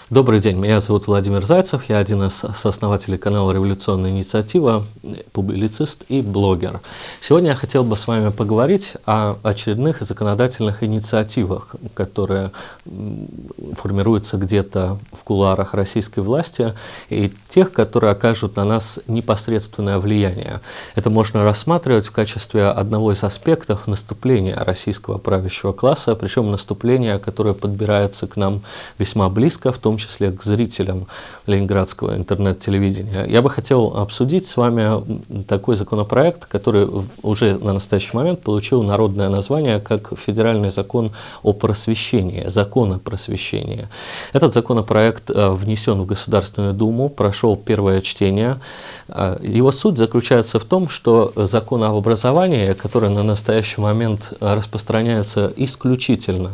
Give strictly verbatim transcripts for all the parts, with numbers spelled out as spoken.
Добрый день, меня зовут Владимир Зайцев, я один из сооснователей канала «Революционная инициатива», публицист и блогер. Сегодня я хотел бы с вами поговорить о очередных законодательных инициативах, которые формируются где-то в кулуарах российской власти, и тех, которые окажут на нас непосредственное влияние. Это можно рассматривать в качестве одного из аспектов наступления российского правящего класса, причем наступления, которое подбирается к нам весьма близко, в том числе к зрителям ленинградского интернет-телевидения. Я бы хотел обсудить с вами такой законопроект, который уже на настоящий момент получил народное название как Федеральный закон о просвещении, закон о просвещении. Этот законопроект внесен в Государственную Думу, прошел первое чтение. Его суть заключается в том, что закон об образовании, который на настоящий момент распространяется исключительно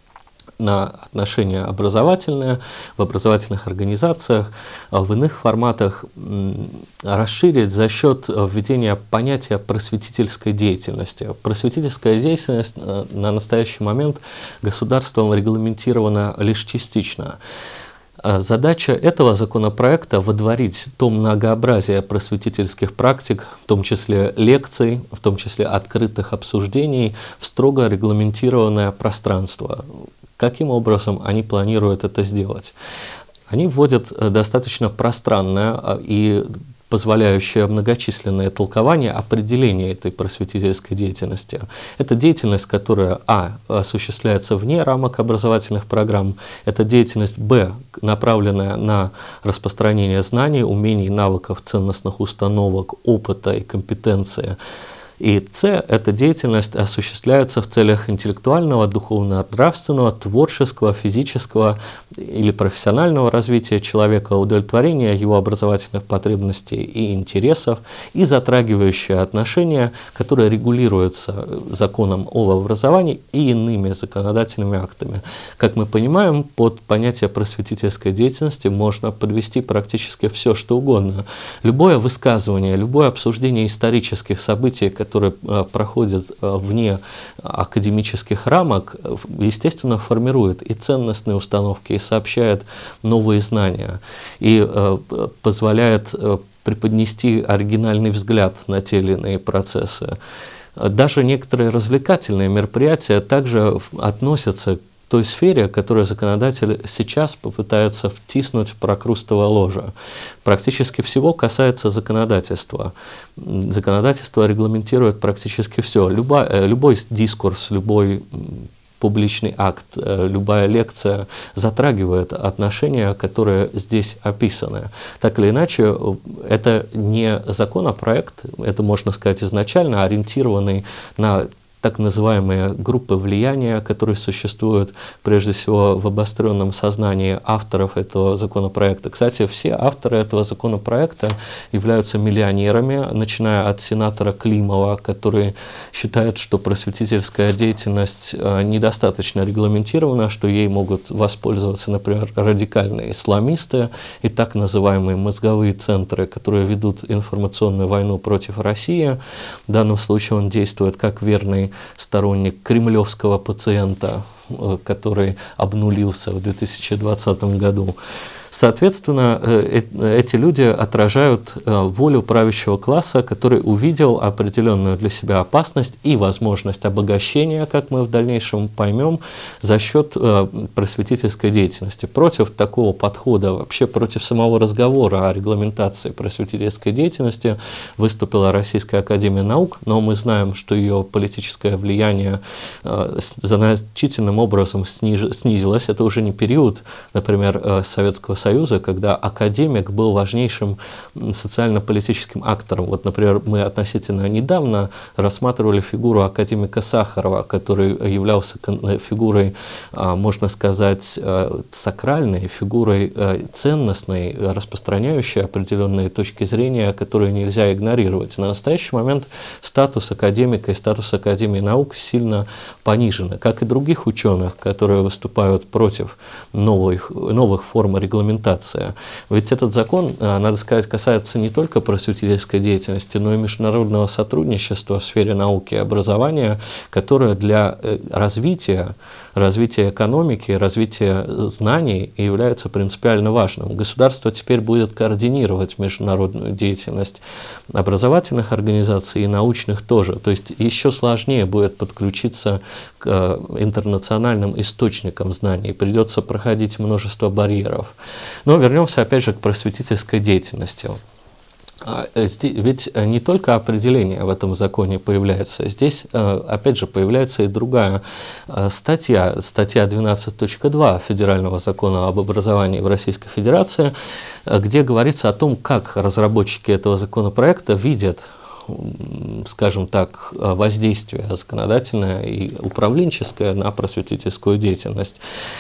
на отношения образовательные, в образовательных организациях, в иных форматах, расширить за счет введения понятия просветительской деятельности. Просветительская деятельность на настоящий момент государством регламентирована лишь частично. Задача этого законопроекта – водворить то многообразие просветительских практик, в том числе лекций, в том числе открытых обсуждений, в строго регламентированное пространство. Каким образом они планируют это сделать? Они вводят достаточно пространное и позволяющее многочисленное толкование определения этой просветительской деятельности. Это деятельность, которая а. осуществляется вне рамок образовательных программ, это деятельность б. направленная на распространение знаний, умений, навыков, ценностных установок, опыта и компетенции. И С – эта деятельность осуществляется в целях интеллектуального, духовного, нравственного, творческого, физического или профессионального развития человека, удовлетворения его образовательных потребностей и интересов, и затрагивающие отношения, которые регулируются законом об образовании и иными законодательными актами. Как мы понимаем, под понятие просветительской деятельности можно подвести практически все, что угодно. Любое высказывание, любое обсуждение исторических событий, которые проходят вне академических рамок, естественно, формирует и ценностные установки, и сообщает новые знания, и позволяет преподнести оригинальный взгляд на те или иные процессы. Даже некоторые развлекательные мероприятия также относятся к той сфере, которую законодатель сейчас попытается втиснуть в прокрустово ложе. Практически всего касается законодательства. Законодательство регламентирует практически все. Любой, любой дискурс, любой публичный акт, любая лекция затрагивает отношения, которые здесь описаны. Так или иначе, это не законопроект, это, можно сказать, изначально ориентированный на так называемые группы влияния, которые существуют прежде всего в обостренном сознании авторов этого законопроекта. Кстати, все авторы этого законопроекта являются миллионерами, начиная от сенатора Климова, который считает, что просветительская деятельность недостаточно регламентирована, что ей могут воспользоваться, например, радикальные исламисты и так называемые мозговые центры, которые ведут информационную войну против России. В данном случае он действует как верный сторонник кремлевского пациента, который обнулился в две тысячи двадцатом году. Соответственно, эти люди отражают волю правящего класса, который увидел определенную для себя опасность и возможность обогащения, как мы в дальнейшем поймем, за счет просветительской деятельности. Против такого подхода, вообще против самого разговора о регламентации просветительской деятельности выступила Российская академия наук, но мы знаем, что ее политическое влияние значительным образом снизилось. Это уже не период, например, Советского Союза, когда академик был важнейшим социально-политическим актором. Вот, например, мы относительно недавно рассматривали фигуру академика Сахарова, который являлся фигурой, можно сказать, сакральной, фигурой ценностной, распространяющей определенные точки зрения, которые нельзя игнорировать. На настоящий момент статус академика и статус Академии наук сильно понижены, как и других ученых, которые выступают против новых, новых форм регламентации документация. Ведь этот закон, надо сказать, касается не только просветительской деятельности, но и международного сотрудничества в сфере науки и образования, которое для развития, развития экономики, развития знаний является принципиально важным. Государство теперь будет координировать международную деятельность образовательных организаций и научных тоже. То есть еще сложнее будет подключиться к интернациональным источникам знаний, придется проходить множество барьеров. Но вернемся опять же к просветительской деятельности. Ведь не только определение в этом законе появляется, здесь опять же появляется и другая статья, статья двенадцать точка два Федерального закона об образовании в Российской Федерации, где говорится о том, как разработчики этого законопроекта видят, скажем так, воздействие законодательное и управленческое на просветительскую деятельность.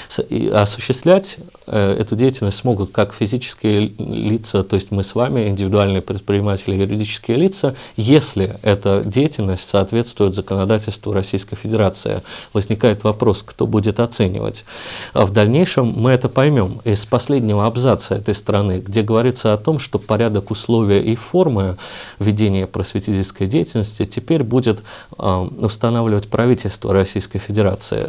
И осуществлять эту деятельность смогут как физические лица, то есть мы с вами, индивидуальные предприниматели, юридические лица, если эта деятельность соответствует законодательству Российской Федерации. Возникает вопрос, кто будет оценивать. В дальнейшем мы это поймем из последнего абзаца этой стороны, где говорится о том, что порядок, условия и формы ведения просветительской просветительской деятельности теперь будет э, устанавливать правительство Российской Федерации.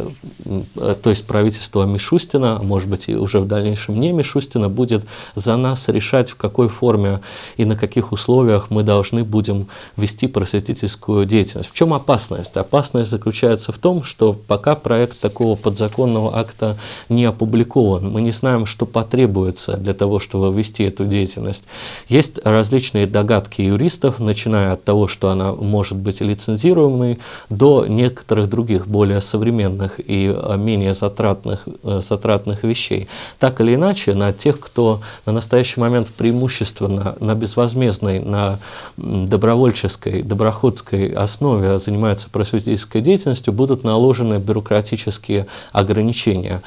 То есть правительство Мишустина, может быть и уже в дальнейшем не Мишустина, будет за нас решать, в какой форме и на каких условиях мы должны будем вести просветительскую деятельность. В чем опасность? Опасность заключается в том, что пока проект такого подзаконного акта не опубликован, мы не знаем, что потребуется для того, чтобы вести эту деятельность. Есть различные догадки юристов, начиная от того, что она может быть лицензируемой, до некоторых других, более современных и менее затратных, затратных вещей. Так или иначе, на тех, кто на настоящий момент преимущественно на безвозмездной, на добровольческой, доброходской основе занимается просветительской деятельностью, будут наложены бюрократические ограничения,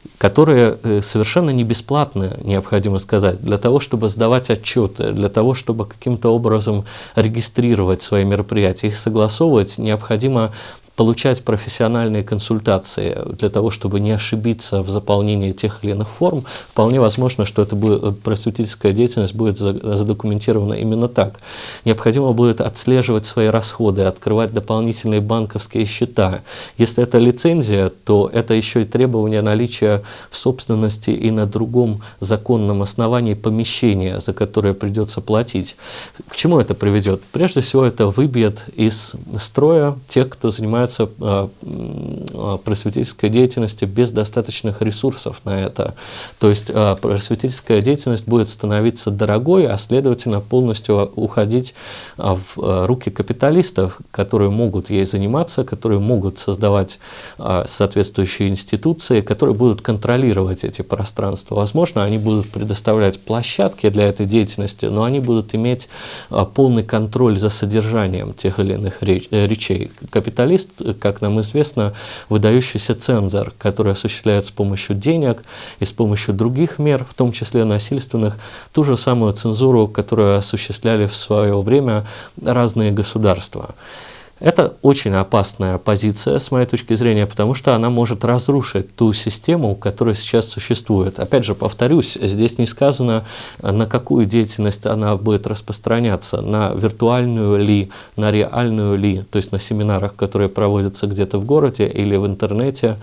которые совершенно не бесплатны, необходимо сказать, для того, чтобы сдавать отчеты, для того, чтобы каким-то образом регистрировать свои мероприятия, их согласовывать, необходимо получать профессиональные консультации для того, чтобы не ошибиться в заполнении тех или иных форм. Вполне возможно, что эта будет, просветительская деятельность будет задокументирована именно так. Необходимо будет отслеживать свои расходы, открывать дополнительные банковские счета. Если это лицензия, то это еще и требование наличия в собственности и на другом законном основании помещения, за которое придется платить. К чему это приведет? Прежде всего, это выбьет из строя тех, кто занимается просветительской деятельностью без достаточных ресурсов на это. То есть просветительская деятельность будет становиться дорогой, а следовательно полностью уходить в руки капиталистов, которые могут ей заниматься, которые могут создавать соответствующие институции, которые будут контролировать эти пространства. Возможно, они будут предоставлять площадки для этой деятельности, но они будут иметь полный контроль за содержанием тех или иных речей. Капиталист, как нам известно, выдающийся цензор, который осуществляет с помощью денег и с помощью других мер, в том числе насильственных, ту же самую цензуру, которую осуществляли в свое время разные государства. Это очень опасная позиция, с моей точки зрения, потому что она может разрушить ту систему, которая сейчас существует. Опять же, повторюсь, здесь не сказано, на какую деятельность она будет распространяться, на виртуальную ли, на реальную ли, то есть на семинарах, которые проводятся где-то в городе или в интернете.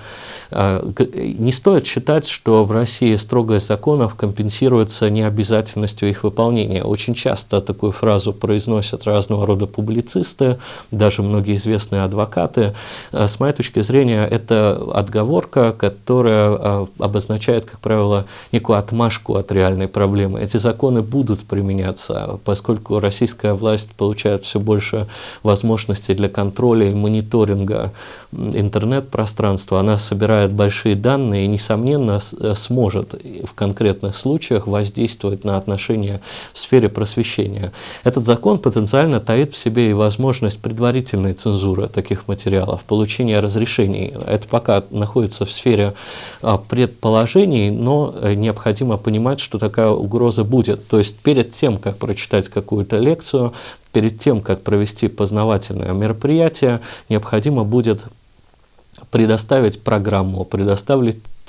Не стоит считать, что в России строгость законов компенсируется необязательностью их выполнения. Очень часто такую фразу произносят разного рода публицисты, даже многие известные адвокаты. С моей точки зрения, это отговорка, которая обозначает, как правило, некую отмашку от реальной проблемы. Эти законы будут применяться, поскольку российская власть получает все больше возможностей для контроля и мониторинга интернет-пространства. Она собирает большие данные и, несомненно, сможет в конкретных случаях воздействовать на отношения в сфере просвещения. Этот закон потенциально таит в себе и возможность предварительной цензуры таких материалов, получения разрешений. Это пока находится в сфере предположений, но необходимо понимать, что такая угроза будет. То есть перед тем, как прочитать какую-то лекцию, перед тем, как провести познавательное мероприятие, необходимо будет предоставить программу, предоставить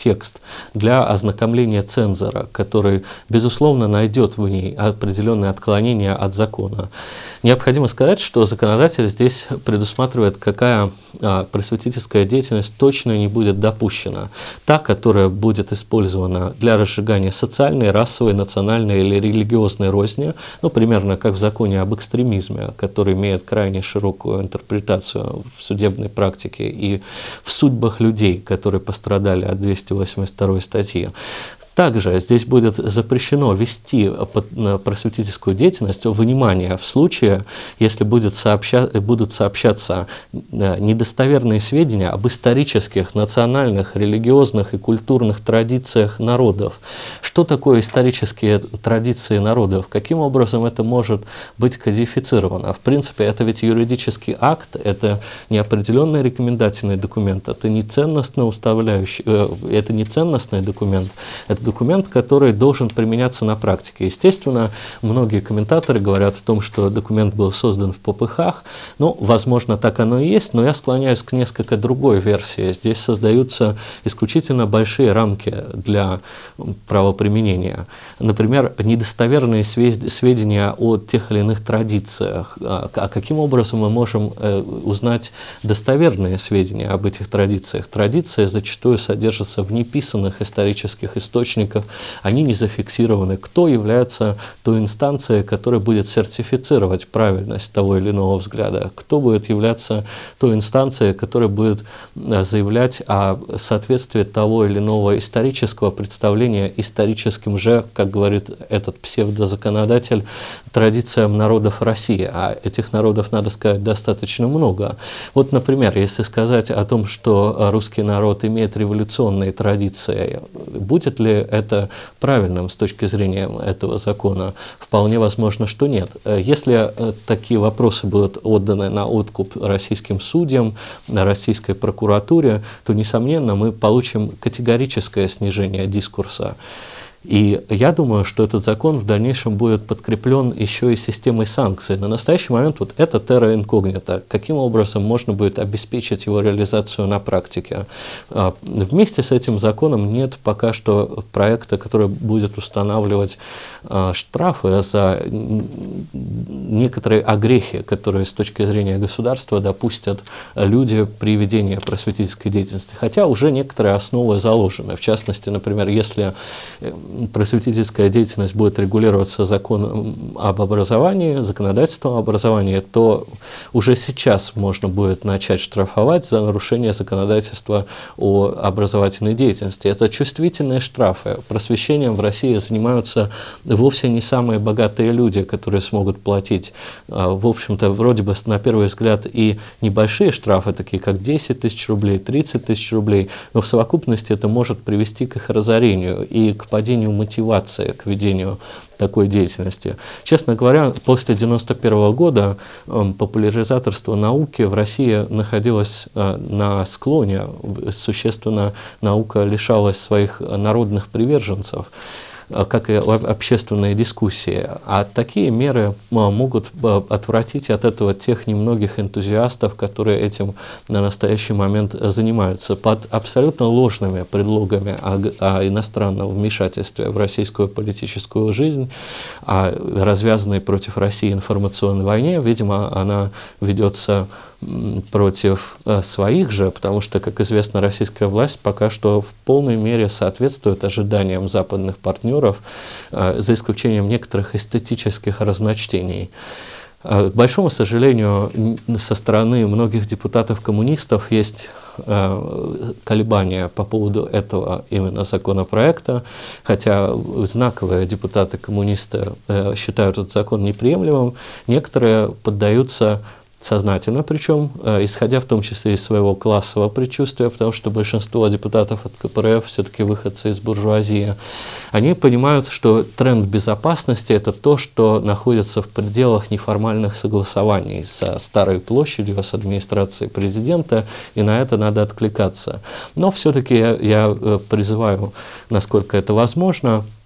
текст для ознакомления цензора, который, безусловно, найдет в ней определенные отклонения от закона. Необходимо сказать, что законодатель здесь предусматривает, какая а, просветительская деятельность точно не будет допущена. Та, которая будет использована для разжигания социальной, расовой, национальной или религиозной розни, ну, примерно как в законе об экстремизме, который имеет крайне широкую интерпретацию в судебной практике и в судьбах людей, которые пострадали от двести восемьдесят второй статьи. Также здесь будет запрещено вести просветительскую деятельность, внимание, в случае, если будет сообща, будут сообщаться недостоверные сведения об исторических, национальных, религиозных и культурных традициях народов. Что такое исторические традиции народов? Каким образом это может быть кодифицировано? В принципе, это ведь юридический акт, это не определенный рекомендательный документ, это не ценностно уставляющий, это не ценностный документ, это документ, который должен применяться на практике. Естественно, многие комментаторы говорят о том, что документ был создан в попыхах. Ну, возможно, так оно и есть, но я склоняюсь к несколько другой версии. Здесь создаются исключительно большие рамки для правоприменения. Например, недостоверные сведения о тех или иных традициях. А каким образом мы можем узнать достоверные сведения об этих традициях? Традиции зачастую содержатся в неписанных исторических источниках, они не зафиксированы. Кто является той инстанцией, которая будет сертифицировать правильность того или иного взгляда? Кто будет являться той инстанцией, которая будет заявлять о соответствии того или иного исторического представления историческим же, как говорит этот псевдозаконодатель, традициям народов России? А этих народов, надо сказать, достаточно много. Вот, например, если сказать о том, что русский народ имеет революционные традиции, будет ли это правильным с точки зрения этого закона? Вполне возможно, что нет. Если такие вопросы будут отданы на откуп российским судьям, российской прокуратуре, то, несомненно, мы получим категорическое снижение дискурса. И я думаю, что этот закон в дальнейшем будет подкреплен еще и системой санкций. На настоящий момент вот это терра инкогнита. Каким образом можно будет обеспечить его реализацию на практике? Вместе с этим законом нет пока что проекта, который будет устанавливать штрафы за некоторые огрехи, которые с точки зрения государства допустят люди при ведении просветительской деятельности. Хотя уже некоторые основы заложены. В частности, например, если просветительская деятельность будет регулироваться законом об образовании, законодательством об образовании, то уже сейчас можно будет начать штрафовать за нарушение законодательства о образовательной деятельности. Это чувствительные штрафы. Просвещением в России занимаются вовсе не самые богатые люди, которые смогут платить, в общем-то, вроде бы на первый взгляд и небольшие штрафы, такие как десять тысяч рублей, тридцать тысяч рублей, но в совокупности это может привести к их разорению и к падению мотивации к ведению такой деятельности. Честно говоря, после девяносто первого года э, популяризаторство науки в России находилось э, на склоне. Существенно наука лишалась своих народных приверженцев, как и общественные дискуссии. А такие меры могут отвратить от этого тех немногих энтузиастов, которые этим на настоящий момент занимаются под абсолютно ложными предлогами о, о иностранном вмешательстве в российскую политическую жизнь, о развязанной против России информационной войне. Видимо, она ведется против своих же, потому что, как известно, российская власть пока что в полной мере соответствует ожиданиям западных партнеров, за исключением некоторых эстетических разночтений. К большому сожалению, со стороны многих депутатов-коммунистов есть колебания по поводу этого именно законопроекта, хотя знаковые депутаты-коммунисты считают этот закон неприемлемым, некоторые поддаются сознательно, причем, исходя в том числе из своего классового предчувствия, потому что большинство депутатов от ка пэ эр эф все-таки выходцы из буржуазии, они понимают, что тренд безопасности – это то, что находится в пределах неформальных согласований со Старой площадью, с администрацией президента, и на это надо откликаться. Но все-таки я, я призываю, насколько это возможно,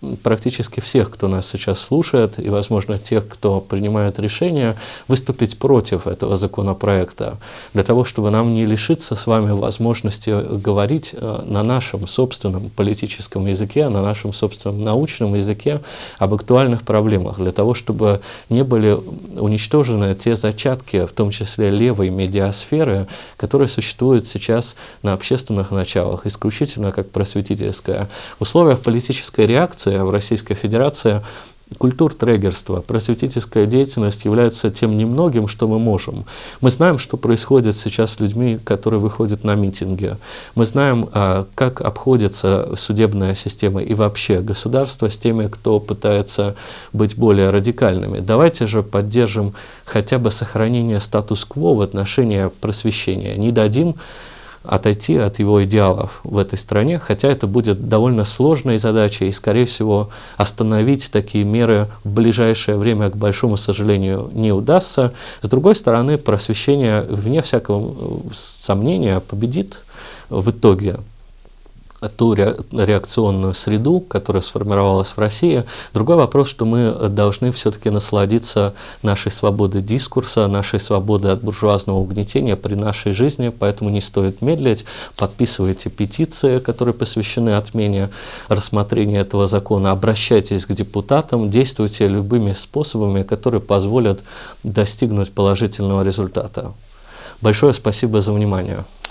практически всех, кто нас сейчас слушает, и, возможно, тех, кто принимает решения, выступить против этого законопроекта, для того, чтобы нам не лишиться с вами возможности говорить на нашем собственном политическом языке, на нашем собственном научном языке об актуальных проблемах, для того, чтобы не были уничтожены те зачатки, в том числе левой медиасферы, которые существуют сейчас на общественных началах, исключительно как просветительская. В условиях политической реакции в Российской Федерации культуртрегерство, просветительская деятельность является тем немногим, что мы можем. Мы знаем, что происходит сейчас с людьми, которые выходят на митинги. Мы знаем, как обходится судебная система и вообще государство с теми, кто пытается быть более радикальными. Давайте же поддержим хотя бы сохранение статус-кво в отношении просвещения. Не дадим отойти от его идеалов в этой стране, хотя это будет довольно сложной задачей, и, скорее всего, остановить такие меры в ближайшее время, к большому сожалению, не удастся. С другой стороны, просвещение, вне всякого сомнения, победит в итоге ту реакционную среду, которая сформировалась в России. Другой вопрос, что мы должны все-таки насладиться нашей свободой дискурса, нашей свободой от буржуазного угнетения при нашей жизни, поэтому не стоит медлить. Подписывайте петиции, которые посвящены отмене рассмотрения этого закона, обращайтесь к депутатам, действуйте любыми способами, которые позволят достигнуть положительного результата. Большое спасибо за внимание.